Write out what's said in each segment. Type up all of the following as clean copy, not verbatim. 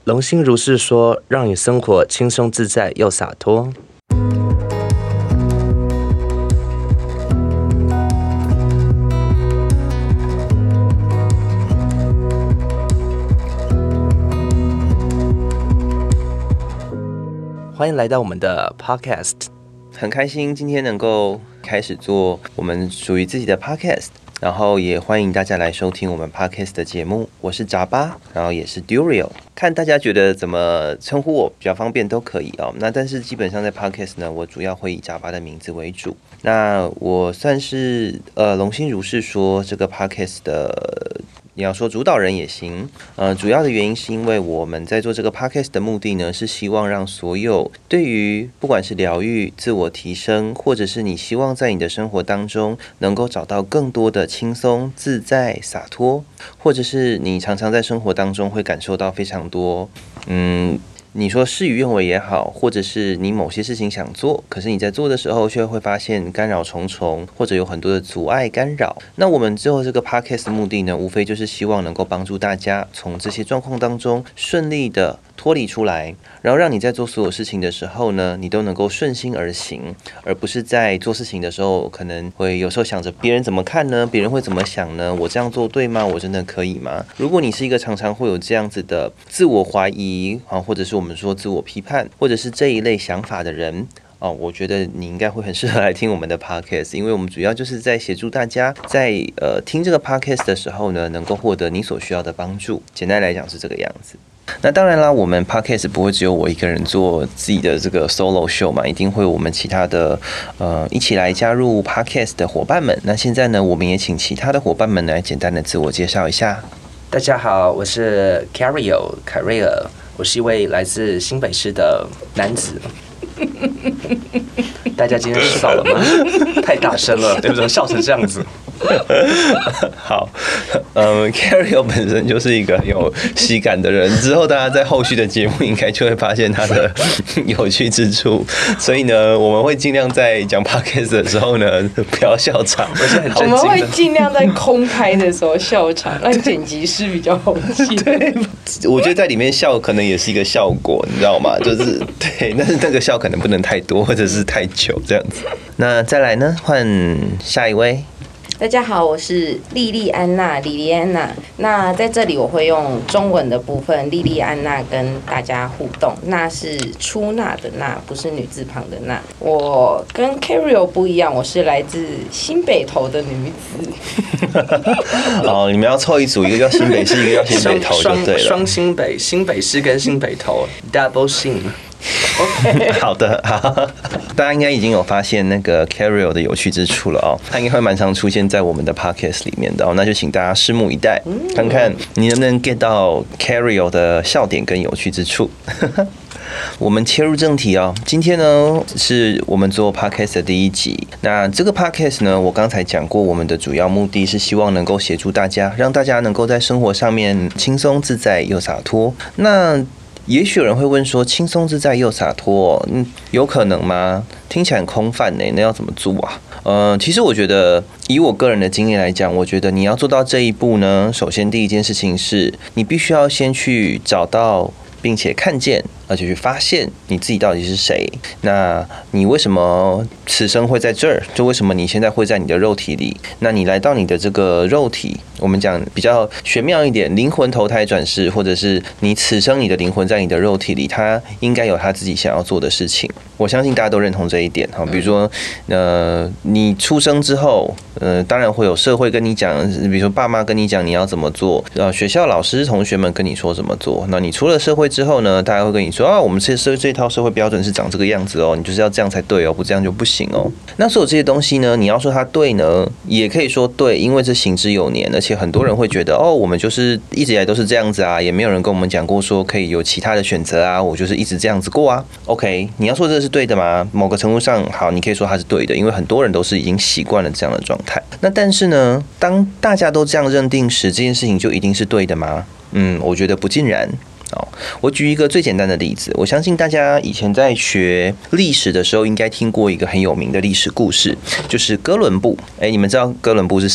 龙心如是说，让你生活轻松自在又洒脱。欢迎来到我们的 Podcast， 很开心今天能够开始做我们属于自己的 Podcast， 然后也欢迎大家来收听我们 Podcast 的节目。我是扎巴，然后也是 Durio， 看大家觉得怎么称呼我比较方便都可以哦。那但是基本上在 Podcast 呢，我主要会以扎巴的名字为主。那我算是龙心如是说这个 Podcast 的。你要说主导人也行，主要的原因是因为我们在做这个 podcast 的目的呢，是希望让所有对于不管是疗愈、自我提升，或者是你希望在你的生活当中能够找到更多的轻松、自在、洒脱，或者是你常常在生活当中会感受到非常多，你说事与愿违也好，或者是你某些事情想做，可是你在做的时候却会发现干扰重重，或者有很多的阻碍干扰。那我们之后这个 podcast 的目的呢，无非就是希望能够帮助大家从这些状况当中顺利的脱离出来，然后让你在做所有事情的时候呢，你都能够顺心而行，而不是在做事情的时候可能会有时候想着别人怎么看呢？别人会怎么想呢？我这样做对吗？我真的可以吗？如果你是一个常常会有这样子的自我怀疑或者是我们说自我批判，或者是这一类想法的人我觉得你应该会很适合来听我们的 podcast， 因为我们主要就是在协助大家在听这个 podcast 的时候呢，能够获得你所需要的帮助。简单来讲是这个样子。那当然啦，我们 podcast 不会只有我一个人做自己的这个 solo show 嘛，一定会有我们其他的一起来加入 podcast 的伙伴们。那现在呢，我们也请其他的伙伴们来简单的自我介绍一下。 大家好，我是 Cario 凯瑞尔，我是一位来自新北市的男子。大家今天吃饱了吗？太大声了，对不对？笑成这样子。 好，Cario 本身就是一个很有喜感的人，之后大家在后续的节目应该就会发现他的有趣之处，所以呢，我们会尽量在讲 podcast 的时候呢，不要笑场。 我们会尽量在空拍的时候笑场，让剪辑师比较红气。 对，我觉得在里面笑可能也是一个效果，你知道吗？就是对，但是那个笑可能不能太多，或者是太久这样子。那再来呢，换下一位。 大家好，我是莉莉安娜，莉莉安娜。那在这里我会用中文的部分，莉莉安娜跟大家互动。那是出纳的纳，不是女字旁的纳。我跟 Cario 不一样，我是来自新北投的女子。 你们要凑一组，一个叫新北市，一个叫新北投就对了。 双新北，新北市跟新北投 ，double 新。 OK， 好的，好，大家应该已经有发现那个 Cario 的有趣之处了哦，他应该会蛮常出现在我们的 podcast 里面的哦，那就请大家拭目以待，看看你能不能 get 到 Cario 的笑点跟有趣之处。我们切入正题哦，今天呢是我们做 podcast 的第一集。那这个 podcast 呢，我刚才讲过，我们的主要目的是希望能够协助大家，让大家能够在生活上面轻松自在又洒脱。那也许有人会问说，轻松自在又洒脱，有可能吗？听起来很空泛呢，那要怎么做啊？其实我觉得，以我个人的经验来讲，我觉得你要做到这一步呢，首先第一件事情是你必须要先去找到，并且看见，而且去发现你自己到底是谁。那你为什么此生会在这儿？就为什么你现在会在你的肉体里？那你来到你的这个肉体，我们讲比较玄妙一点，灵魂投胎转世，或者是你此生你的灵魂在你的肉体里，他应该有他自己想要做的事情。我相信大家都认同这一点哈。比如说，你出生之后，当然会有社会跟你讲，比如说爸妈跟你讲你要怎么做，学校老师同学们跟你说怎么做。那你出了社会之后呢，大家会跟你说我们这套社会标准是长这个样子哦，你就是要这样才对哦，不这样就不行哦。那所有这些东西呢，你要说它对呢，也可以说对，因为这行之有年，而且很多人会觉得我们就是一直以来都是这样子啊，也没有人跟我们讲过说可以有其他的选择啊，我就是一直这样子过啊。OK， 你要说这是对的吗？某个程度上，好，你可以说它是对的，因为很多人都是已经习惯了这样的状态。那但是呢，当大家都这样认定时，这件事情就一定是对的吗？我觉得不尽然。我举一个最简单的例子，我相信大家以前在学历史的时候，应该听过一个很有名的历史故事，就是哥伦布。你们知道哥伦布是谁吧？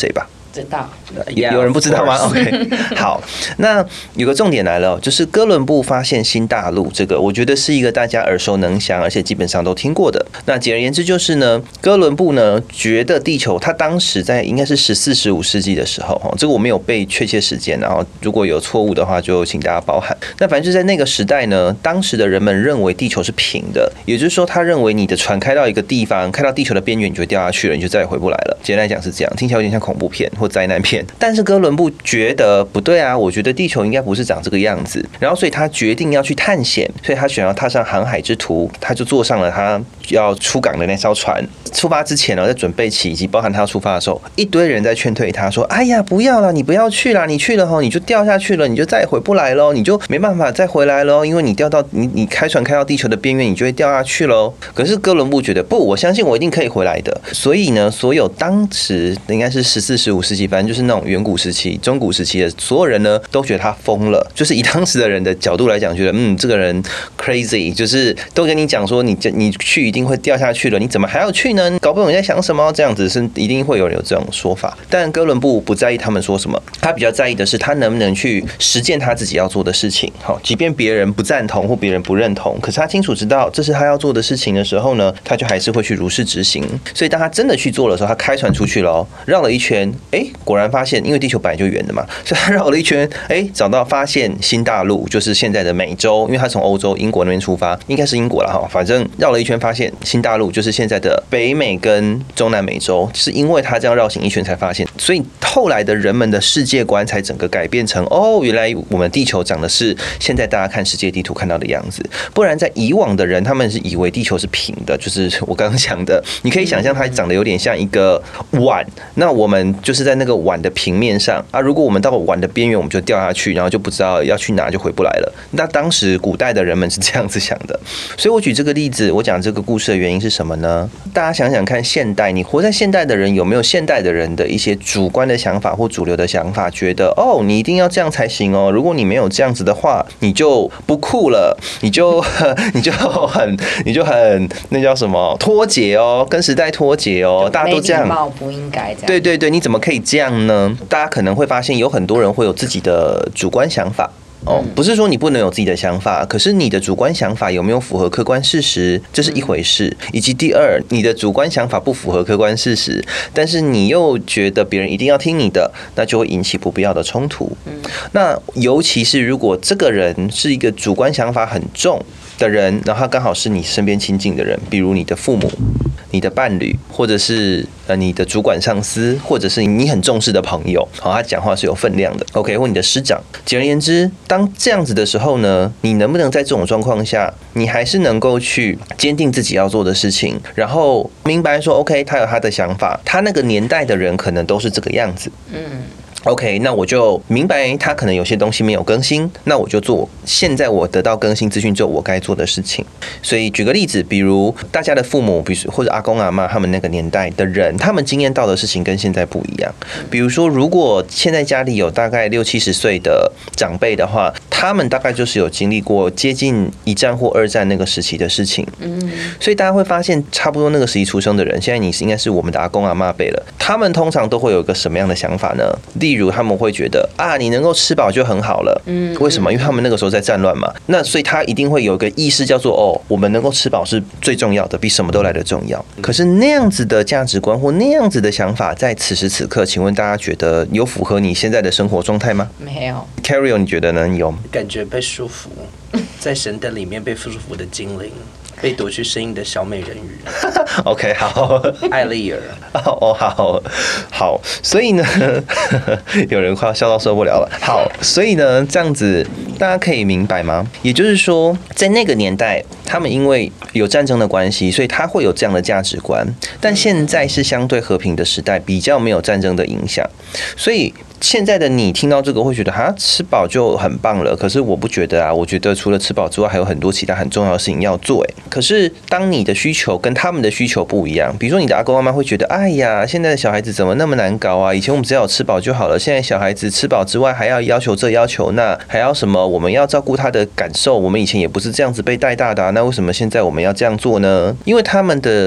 知道。 有人不知道吗 ？OK， 好，那有个重点来了，就是哥伦布发现新大陆，这个我觉得是一个大家耳熟能详，而且基本上都听过的。那简而言之就是呢，哥伦布呢觉得地球，他当时在应该是14、15世纪的时候，这个我没有背确切时间，然后如果有错误的话，就请大家包涵。那反正就在那个时代呢，当时的人们认为地球是平的，也就是说，他认为你的船开到一个地方，开到地球的边缘，你就会掉下去了，你就再也回不来了。简单来讲是这样，听起来有点像恐怖片或灾难片。但是哥伦布觉得不对啊，我觉得地球应该不是长这个样子。然后所以他决定要去探险，所以他想要踏上航海之途，他就坐上了他要出港的那艘船。出发之前呢，在准备起以及包含他要出发的时候，一堆人在劝退他说：“哎呀，不要啦，你不要去啦，你去了后你就掉下去了，你就再也回不来喽，你就没办法再回来喽，因为你掉到你开船开到地球的边缘，你就会掉下去喽。”可是哥伦布觉得不，我相信我一定可以回来的。所以呢，所有当时应该是14、15世纪，反正就是那种远古时期、中古时期的所有人呢，都觉得他疯了。就是以当时的人的角度来讲，觉得这个人 crazy， 就是都跟你讲说你去一定会掉下去了，你怎么还要去呢？搞不懂你在想什么？这样子是一定会有人有这种说法。但哥伦布不在意他们说什么，他比较在意的是他能不能去实践他自己要做的事情。好，即便别人不赞同或别人不认同，可是他清楚知道这是他要做的事情的时候呢，他就还是会去如实执行。所以当他真的去做的时候，他开船出去了，绕了一圈，果然发现，因为地球本来就圆的嘛，所以他绕了一圈，找到发现新大陆，就是现在的美洲，因为他从欧洲英国那边出发，应该是英国了哈，反正绕了一圈发现新大陆就是现在的北美跟中南美洲，是因为他这样绕行一圈才发现，所以后来的人们的世界观才整个改变成原来我们地球长的是现在大家看世界地图看到的样子，不然在以往的人他们是以为地球是平的，就是我刚刚讲的，你可以想象它长得有点像一个碗，那我们就是在那个碗的平面上啊，如果我们到碗的边缘，我们就掉下去，然后就不知道要去哪，就回不来了。那当时古代的人们是这样子想的，所以我举这个例子，我讲这个故事的原因是什么呢？大家想想看，现代你活在现代的人有没有现代的人的一些主观的想法或主流的想法，觉得你一定要这样才行哦，如果你没有这样子的话，你就不酷了，你就很那叫什么脱节哦，跟时代脱节哦，大家都这样， 没礼貌不应该这样。 对对对，你怎么可以这样呢？大家可能会发现有很多人会有自己的主观想法。不是说你不能有自己的想法，可是你的主观想法有没有符合客观事实，这是一回事。以及第二，你的主观想法不符合客观事实，但是你又觉得别人一定要听你的，那就会引起不必要的冲突。那尤其是如果这个人是一个主观想法很重的人，然后他刚好是你身边亲近的人，比如你的父母、你的伴侣，或者是你的主管上司，或者是你很重视的朋友，他讲话是有分量的 ，OK， 或你的师长。简而言之，当这样子的时候呢，你能不能在这种状况下，你还是能够去坚定自己要做的事情，然后明白说 ，OK， 他有他的想法，他那个年代的人可能都是这个样子，OK， 那我就明白他可能有些东西没有更新，那我就做现在我得到更新资讯之后我该做的事情。所以举个例子，比如大家的父母，比如或者阿公阿嬷他们那个年代的人，他们经验到的事情跟现在不一样。比如说，如果现在家里有大概60、70岁的长辈的话，他们大概就是有经历过接近1战或2战那个时期的事情。所以大家会发现，差不多那个时期出生的人，现在你应该是我们的阿公阿嬷辈了，他们通常都会有一个什么样的想法呢？例如他们会觉得你能够吃饱就很好了。为什么？因为他们那个时候在战乱嘛。那所以他一定会有一个意识叫做我们能够吃饱是最重要的，比什么都来得重要。可是那样子的价值观或那样子的想法，在此时此刻，请问大家觉得有符合你现在的生活状态吗？ 没有。 Carry， 你觉得呢？有感觉被束缚，在神灯里面被束缚的精灵。被夺去声音的小美人鱼 ，OK， 好， 艾丽儿， 好，所以呢，有人快要笑到受不了了。好，所以呢，这样子大家可以明白吗？也就是说，在那个年代，他们因为有战争的关系，所以他会有这样的价值观。但现在是相对和平的时代，比较没有战争的影响，所以现在的你听到这个会觉得吃饱就很棒了，可是我不觉得啊，我觉得除了吃饱之外，还有很多其他很重要的事情要做。可是当你的需求跟他们的需求不一样，比如说你的阿公阿嬷会觉得，哎呀，现在的小孩子怎么那么难搞啊？以前我们只要有吃饱就好了，现在小孩子吃饱之外还要要求这要求那，还要什么？我们要照顾他的感受，我们以前也不是这样子被带大的啊，那为什么现在我们要这样做呢？因为他们的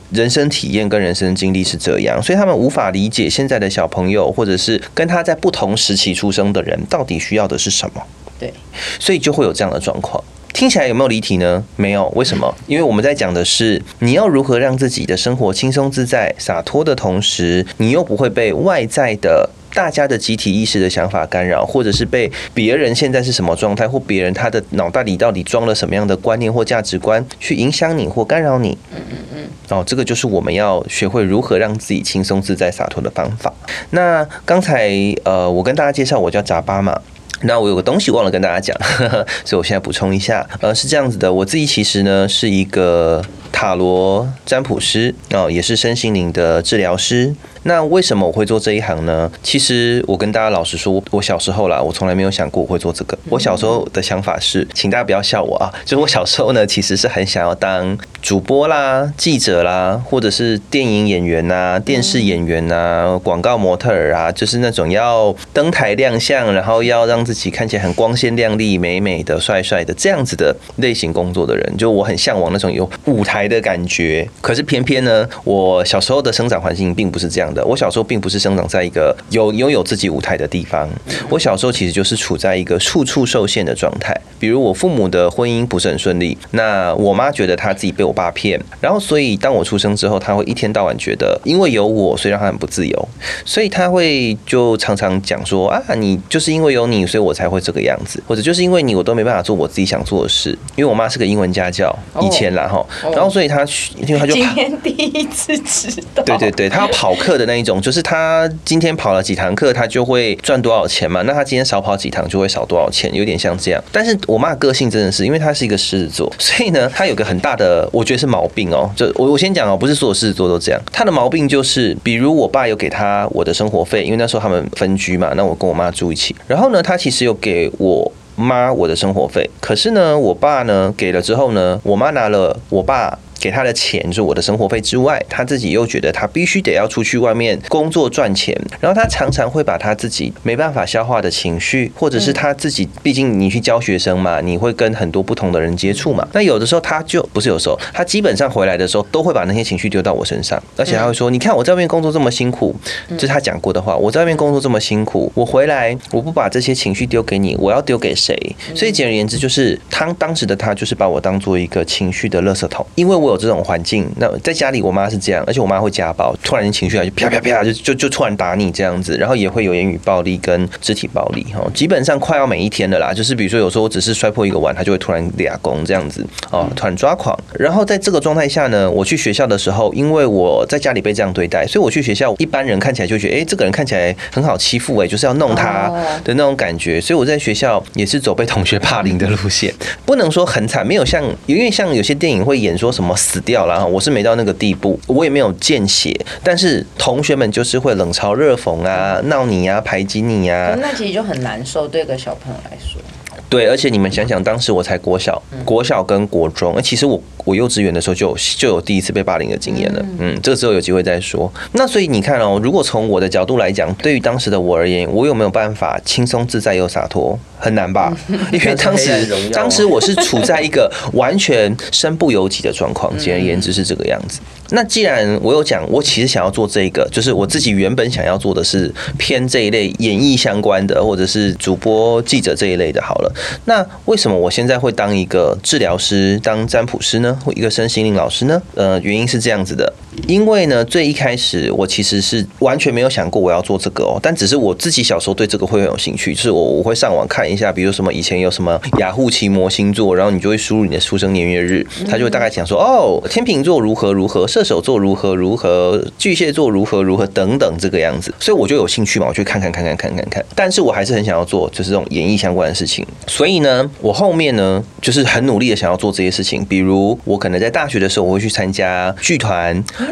人生体验跟人生经历是这样，所以他们无法理解现在的小朋友，或者是跟他在不同时期出生的人，到底需要的是什么。 对， 所以就会有这样的状况。听起来有没有离题呢？没有，为什么？因为我们在讲的是你要如何让自己的生活轻松自在、洒脱的同时，你又不会被外在的大家的集体意识的想法干扰，或者是被别人现在是什么状态，或别人他的脑袋里到底装了什么样的观念或价值观去影响你或干扰你。这个就是我们要学会如何让自己轻松自在、洒脱的方法。那刚才我跟大家介绍，我叫扎巴嘛。那我有个东西忘了跟大家讲，所以我现在补充一下。是这样子的，我自己其实呢是一个塔罗占卜师，也是身心灵的治疗师。那为什么我会做这一行呢？其实我跟大家老实说，我小时候啦，我从来没有想过我会做这个。我小时候的想法是，请大家不要笑我啊，就是我小时候呢，其实是很想要当主播啦、记者啦，或者是电影演员啊、电视演员啊、广告模特儿啊，就是那种要登台亮相，然后要让自己看起来很光鲜亮丽、美美的、帅帅的这样子的类型工作的人，就我很向往那种有舞台的感觉。可是偏偏呢，我小时候的生长环境并不是这样的。我小时候并不是生长在一个拥有自己舞台的地方，我小时候其实就是处在一个处处受限的状态。比如我父母的婚姻不是很顺利，那我妈觉得她自己被我爸骗，然后所以当我出生之后，她会一天到晚觉得因为有我，所以让她很不自由，所以她会就常常讲说啊，你就是因为有你，所以我才会这个样子，或者就是因为你，我都没办法做我自己想做的事。因为我妈是个英文家教，以前啦哈，然后所以她因为她就今天第一次知道， 对，她要跑课的那一种，就是她今天跑了几堂课，她就会赚多少钱嘛。那她今天少跑几堂就会少多少钱，有点像这样。但是我妈的个性真的是，因为她是一个狮子座，所以呢，她有个很大的，我觉得是毛病哦。就我先讲哦，不是所有狮子座都这样。她的毛病就是，比如我爸有给她我的生活费，因为那时候他们分居嘛，那我跟我妈住一起。然后呢，她其实有给我妈我的生活费，可是呢，我爸呢给了之后呢，我妈拿了我爸给他的钱，就是我的生活费之外，他自己又觉得他必须得要出去外面工作赚钱，然后他常常会把他自己没办法消化的情绪，或者是他自己，毕竟你去教学生嘛，你会跟很多不同的人接触嘛，那有的时候他就不是有时候，他基本上回来的时候都会把那些情绪丢到我身上，而且他会说，你看我在外面工作这么辛苦，这是他讲过的话，我在外面工作这么辛苦，我回来我不把这些情绪丢给你，我要丢给谁？所以简而言之，就是当时的他就是把我当做一个情绪的垃圾桶，因为我有这种环境。那在家里我妈是这样，而且我妈会家暴，突然情绪来就啪啪啪就突然打你这样子，然后也会有言语暴力跟肢体暴力，基本上快要每一天的啦。就是比如说有时候我只是摔破一个碗，他就会突然俩攻这样子突然抓狂。然后在这个状态下呢，我去学校的时候，因为我在家里被这样对待，所以我去学校，一般人看起来就觉得这个人看起来很好欺负就是要弄他的那种感觉，所以我在学校也是走被同学霸凌的路线，不能说很惨，没有像因为像有些电影会演说什么死掉了，我是没到那个地步，我也没有见血，但是同学们就是会冷嘲热讽啊、闹你啊、排挤你啊， 那其实就很难受，对个小朋友来说。 对，而且你们想想，当时我才国小跟国中，其实我幼稚园的时候就有第一次被霸凌的经验了。这个之后有机会再说。那所以你看哦，如果从我的角度来讲，对于当时的我而言，我有没有办法轻松自在又洒脱？很难吧？因为当时我是处在一个完全身不由己的状况，简而言之是这个样子。那既然我有讲，我其实想要做这个，就是我自己原本想要做的是偏这一类演艺相关的，或者是主播、记者这一类的。好了，那为什么我现在会当一个治疗师、当占卜师呢？或一个身心灵老师呢？原因是这样子的，因为呢，最一开始我其实是完全没有想过我要做这个但只是我自己小时候对这个会很有兴趣，就是我会上网看一下，比如什么以前有什么雅虎奇摩星座，然后你就会输入你的出生年月日，他就会大概讲说天秤座如何如何，射手座如何如何，巨蟹座如何如何等等这个样子，所以我就有兴趣嘛，我去看，但是我还是很想要做就是这种演艺相关的事情，所以呢，我后面呢就是很努力的想要做这些事情，比如我可能在大学的时候我会去参加剧团，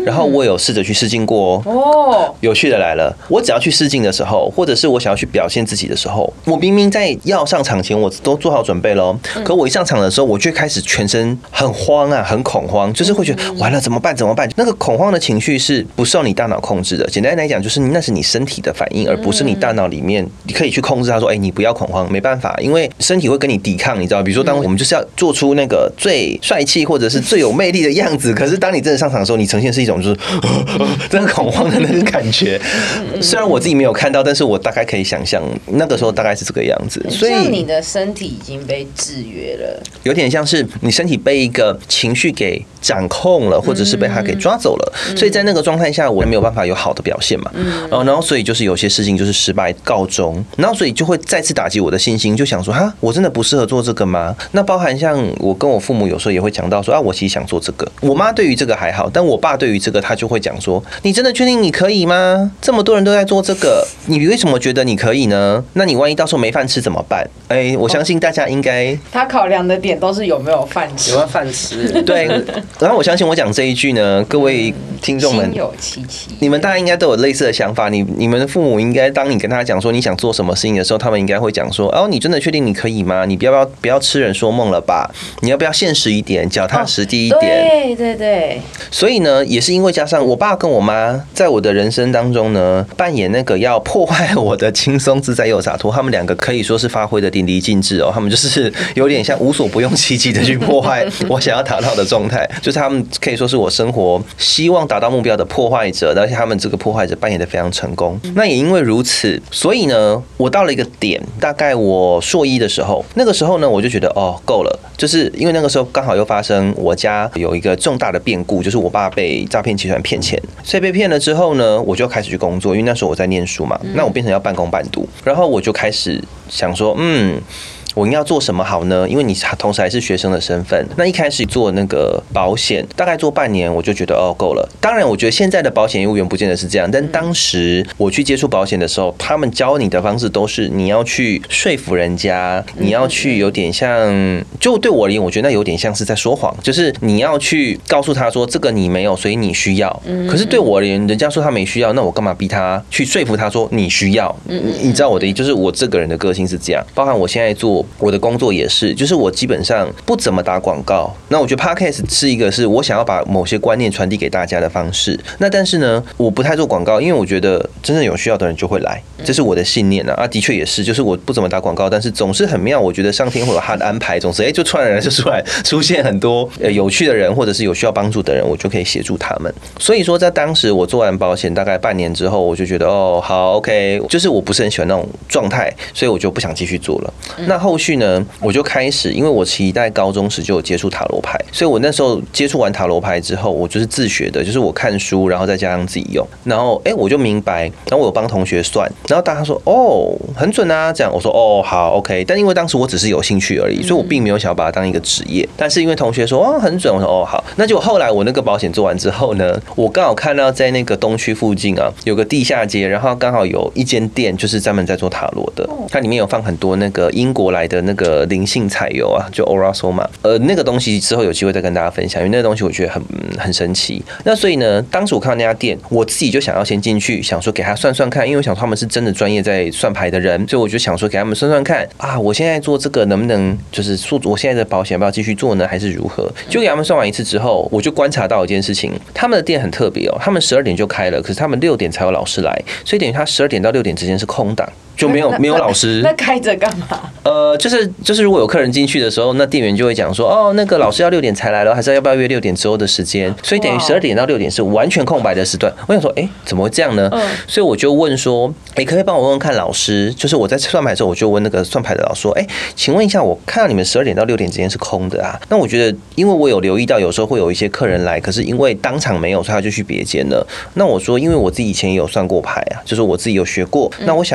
然后我有试着去试镜过哦。有趣的来了，我只要去试镜的时候，或者是我想要去表现自己的时候，我明明在要上场前我都做好准备咯，可我一上场的时候，我就开始全身很慌啊，很恐慌，就是会觉得完了怎么办？那个恐慌的情绪是不受你大脑控制的。简单来讲，就是那是你身体的反应，而不是你大脑里面你可以去控制它说，你不要恐慌，没办法，因为身体会跟你抵抗，你知道？比如说，当我们就是要做出那个最帅气或者是最有魅力的样子，可是当你真的上场的时候，你呈现是一种就是真的恐慌的那个感觉。虽然我自己没有看到，但是我大概可以想象那个时候大概是这个样子。所以你的身体已经被制约了，有点像是你身体被一个情绪给掌控了，或者是被他给抓走了。所以在那个状态下，我没有办法有好的表现嘛。然后所以就是有些事情就是失败告终，然后所以就会再次打击我的信心，就想说哈，我真的不适合做这个吗？那包含像我跟我父母有时候也会讲到说啊，我其实想做这个。我妈对于这个还好，但我爸对于这个他就会讲说，你真的确定你可以吗？这么多人都在做这个，你为什么觉得你可以呢？那你万一到时候没饭吃怎么办？我相信大家应该他考量的点都是有没有饭吃， 有没有饭吃。 对，然后我相信我讲这一句呢，各位听众们， 心有戚戚， 你们大家应该都有类似的想法。你们的父母应该，当你跟他讲说你想做什么事情的时候，他们应该会讲说：哦，你真的确定你可以吗？你不要痴人说梦了吧？你要不要现实一点，脚踏实地一点？ 对。 所以呢，也是因为加上我爸跟我妈在我的人生当中呢，扮演那个要破坏我的轻松自在又洒脱，他们两个可以说是发挥的淋漓尽致哦。他们就是有点像无所不用其极的去破坏我想要达到的状态，就是他们可以说是我生活希望达到目标的破坏者，而且他们这个破坏者扮演的非常成功。那也因为如此，所以呢，我到了一个点，大概我硕一的时候，那个时候呢，我就觉得哦，够了，就是因为那个时候刚好又发生我家有一个重大的变故，就是我爸被诈骗集团骗钱，所以被骗了之后呢，我就开始去工作，因为那时候我在念书嘛，那我变成要半工半读，然后我就开始想说，我应该要做什么好呢？因为你同时还是学生的身份。那一开始做那个保险，大概做半年，我就觉得哦够了。当然，我觉得现在的保险业务员不见得是这样，但当时我去接触保险的时候，他们教你的方式都是你要去说服人家，你要去有点像，就对我而言，我觉得那有点像是在说谎，就是你要去告诉他说这个你没有，所以你需要。可是对我而言，人家说他没需要，那我干嘛逼他去说服他说你需要？你知道我的意思，就是我这个人的个性是这样，包含我现在做。我的工作也是，就是我基本上不怎么打广告。那我觉得 Podcast 是一个是我想要把某些观念传递给大家的方式。那但是呢，我不太做广告，因为我觉得真正有需要的人就会来，这是我的信念啊。的确也是，就是我不怎么打广告，但是总是很妙。我觉得上天会有他的安排，总是就突然就出现很多有趣的人，或者是有需要帮助的人，我就可以协助他们。所以说，在当时我做完保险大概半年之后，我就觉得哦好 OK， 就是我不是很喜欢那种状态，所以我就不想继续做了。那后续呢？我就开始，因为我其实在高中时就有接触塔罗牌，所以我那时候接触完塔罗牌之后，我就是自学的，就是我看书，然后再加上自己用，然后我就明白，然后我有帮同学算，然后大家说哦很准啊，这样我说哦好 OK， 但因为当时我只是有兴趣而已，所以我并没有想要把它当一个职业，但是因为同学说哦很准，我说哦好，那就后来我那个保险做完之后呢，我刚好看到在那个东区附近啊有个地下街，然后刚好有一间店就是专门在做塔罗的，它里面有放很多那个英国来的那个灵性彩油啊，就 Aura Soma， 那个东西之后有机会再跟大家分享，因为那个东西我觉得很神奇。那所以呢，当时我看到那家店，我自己就想要先进去，想说给他算算看，因为我想说他们是真的专业在算牌的人，所以我就想说给他们算算看啊，我现在做这个能不能就是说我现在的保险要不要继续做呢，还是如何？就给他们算完一次之后，我就观察到一件事情，他们的店很特别哦，他们12点就开了，可是他们6点才有老师来，所以等于他12点到6点之间是空档。就没有老师， 那开着干嘛？ 就是如果有客人进去的时候，那店员就会讲说，哦，那个老师要6点才来了，还是要不要约6点之后的时间？所以等于12点到6点是完全空白的时段。我想说，怎么会这样呢？所以我就问说，可不可以帮我问问看老师？就是我在算牌的时候，我就问那个算牌的老师说，请问一下，我看到你们12点到6点之间是空的啊？那我觉得，因为我有留意到有时候会有一些客人来，可是因为当场没有，所以他就去别间了。那我说，因为我自己以前也有算过牌啊，就是我自己有学过。那我想问说，不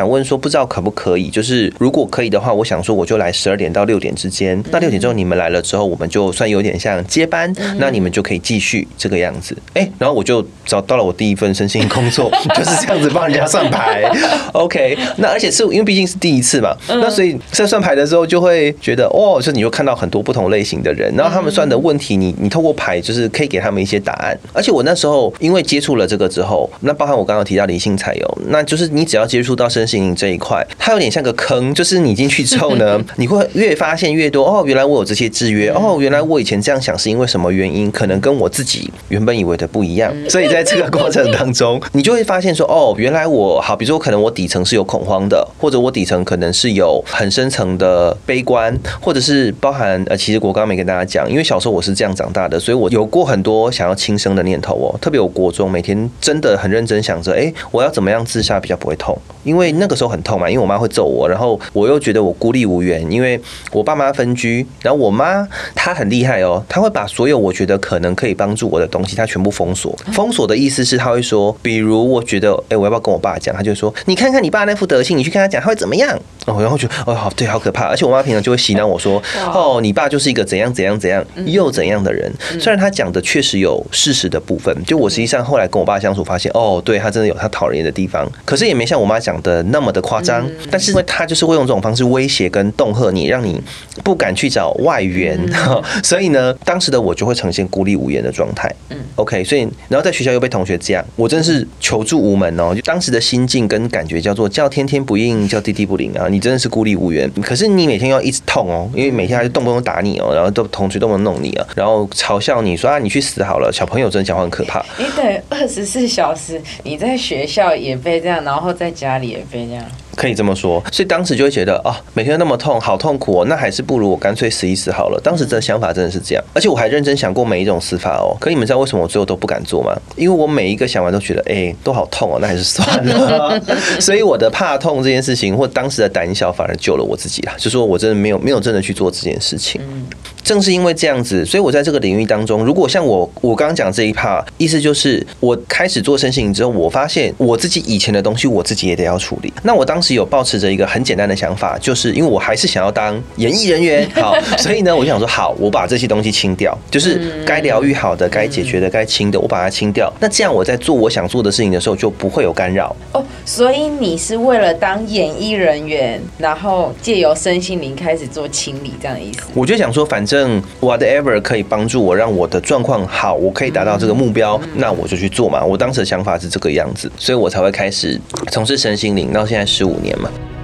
知道可不可以，就是如果可以的话，我想说我就来12点到6点之间，那6点之后你们来了之后，我们就算有点像接班，那你们就可以继续这个样子。然后我就找到了我第一份身心工作，就是这样子帮人家算牌。OK， 那而且是因为毕竟是第一次嘛，那所以在算牌的时候就会觉得就你就看到很多不同类型的人，然后他们算的问题，你透过牌就是可以给他们一些答案。而且我那时候因为接触了这个之后，那包含我刚刚提到理性彩油，那就是你只要接触到身心灵这一块，它有点像个坑，就是你进去之后呢，你会越发现越多原来我有这些制约，原来我以前这样想是因为什么原因，可能跟我自己原本以为的不一样。所以在这个过程当中，你就会发现说原来我比如说可能我底层是有恐慌的，或者我底层可能是有很深层的悲观，或者是包含其实我刚刚没跟大家讲，因为小时候我是这样长大的，所以我有过很多想要轻生的念头特别我国中每天真的很认真想着我要怎么样自杀比较不会痛，因为那个时候很痛嘛，因为我妈会揍我，然后我又觉得我孤立无援，因为我爸妈分居，然后我妈她很厉害她会把所有我觉得可能可以帮助我的东西她全部封锁。封锁的意思是她会说，比如我觉得我要不要跟我爸讲，她就说你看看你爸那副德性，你去跟他讲他会怎么样然后觉得好对，好可怕。而且我妈平常就会洗脑我说你爸就是一个怎样怎样怎样又怎样的人。虽然他讲的确实有事实的部分，就我实际上后来跟我爸相处发现对，他真的有他讨人厌的地方，可是也没像我妈讲的那么的夸张。但是他就是会用这种方式威胁跟恫吓你，让你不敢去找外援。所以呢，当时的我就会呈现孤立无援的状态。OK， 所以然后在学校又被同学这样，我真的是求助无门就当时的心境跟感觉叫做叫天天不应，叫地地不灵你真的是孤立无援。可是你每天要一直痛因为每天他就动不动打你然后同学都能弄你然后嘲笑你说你去死好了。小朋友真的讲话很可怕。 你等24小时，你在学校也被这样，然后在家里也被这样。 可以这么说，所以当时就会觉得每天都那么痛，好痛苦那还是不如我干脆死一死好了。当时的想法真的是这样，而且我还认真想过每一种死法可你们知道为什么我最后都不敢做吗？因为我每一个想完都觉得都好痛那还是算了。所以我的怕痛这件事情，或当时的胆小，反而救了我自己啦。就说我真的没有真的去做这件事情。正是因为这样子，所以我在这个领域当中，如果像我刚刚讲这一 part， 意思就是我开始做身心灵之后，我发现我自己以前的东西，我自己也得要处理。那我当时有抱持着一个很简单的想法，就是因为我还是想要当演艺人员，好，所以呢，我就想说，好，我把这些东西清掉，就是该疗愈好的、该解决的、该清的，我把它清掉。那这样我在做我想做的事情的时候，就不会有干扰。 所以你是为了当演艺人员，然后借由身心灵开始做清理，这样的意思？ 我就想说，反正 whatever 可以帮助我，让我的状况好，我可以达到这个目标，那我就去做嘛。我当时的想法是这个样子，所以我才会开始从事身心灵，到现在15年嘛。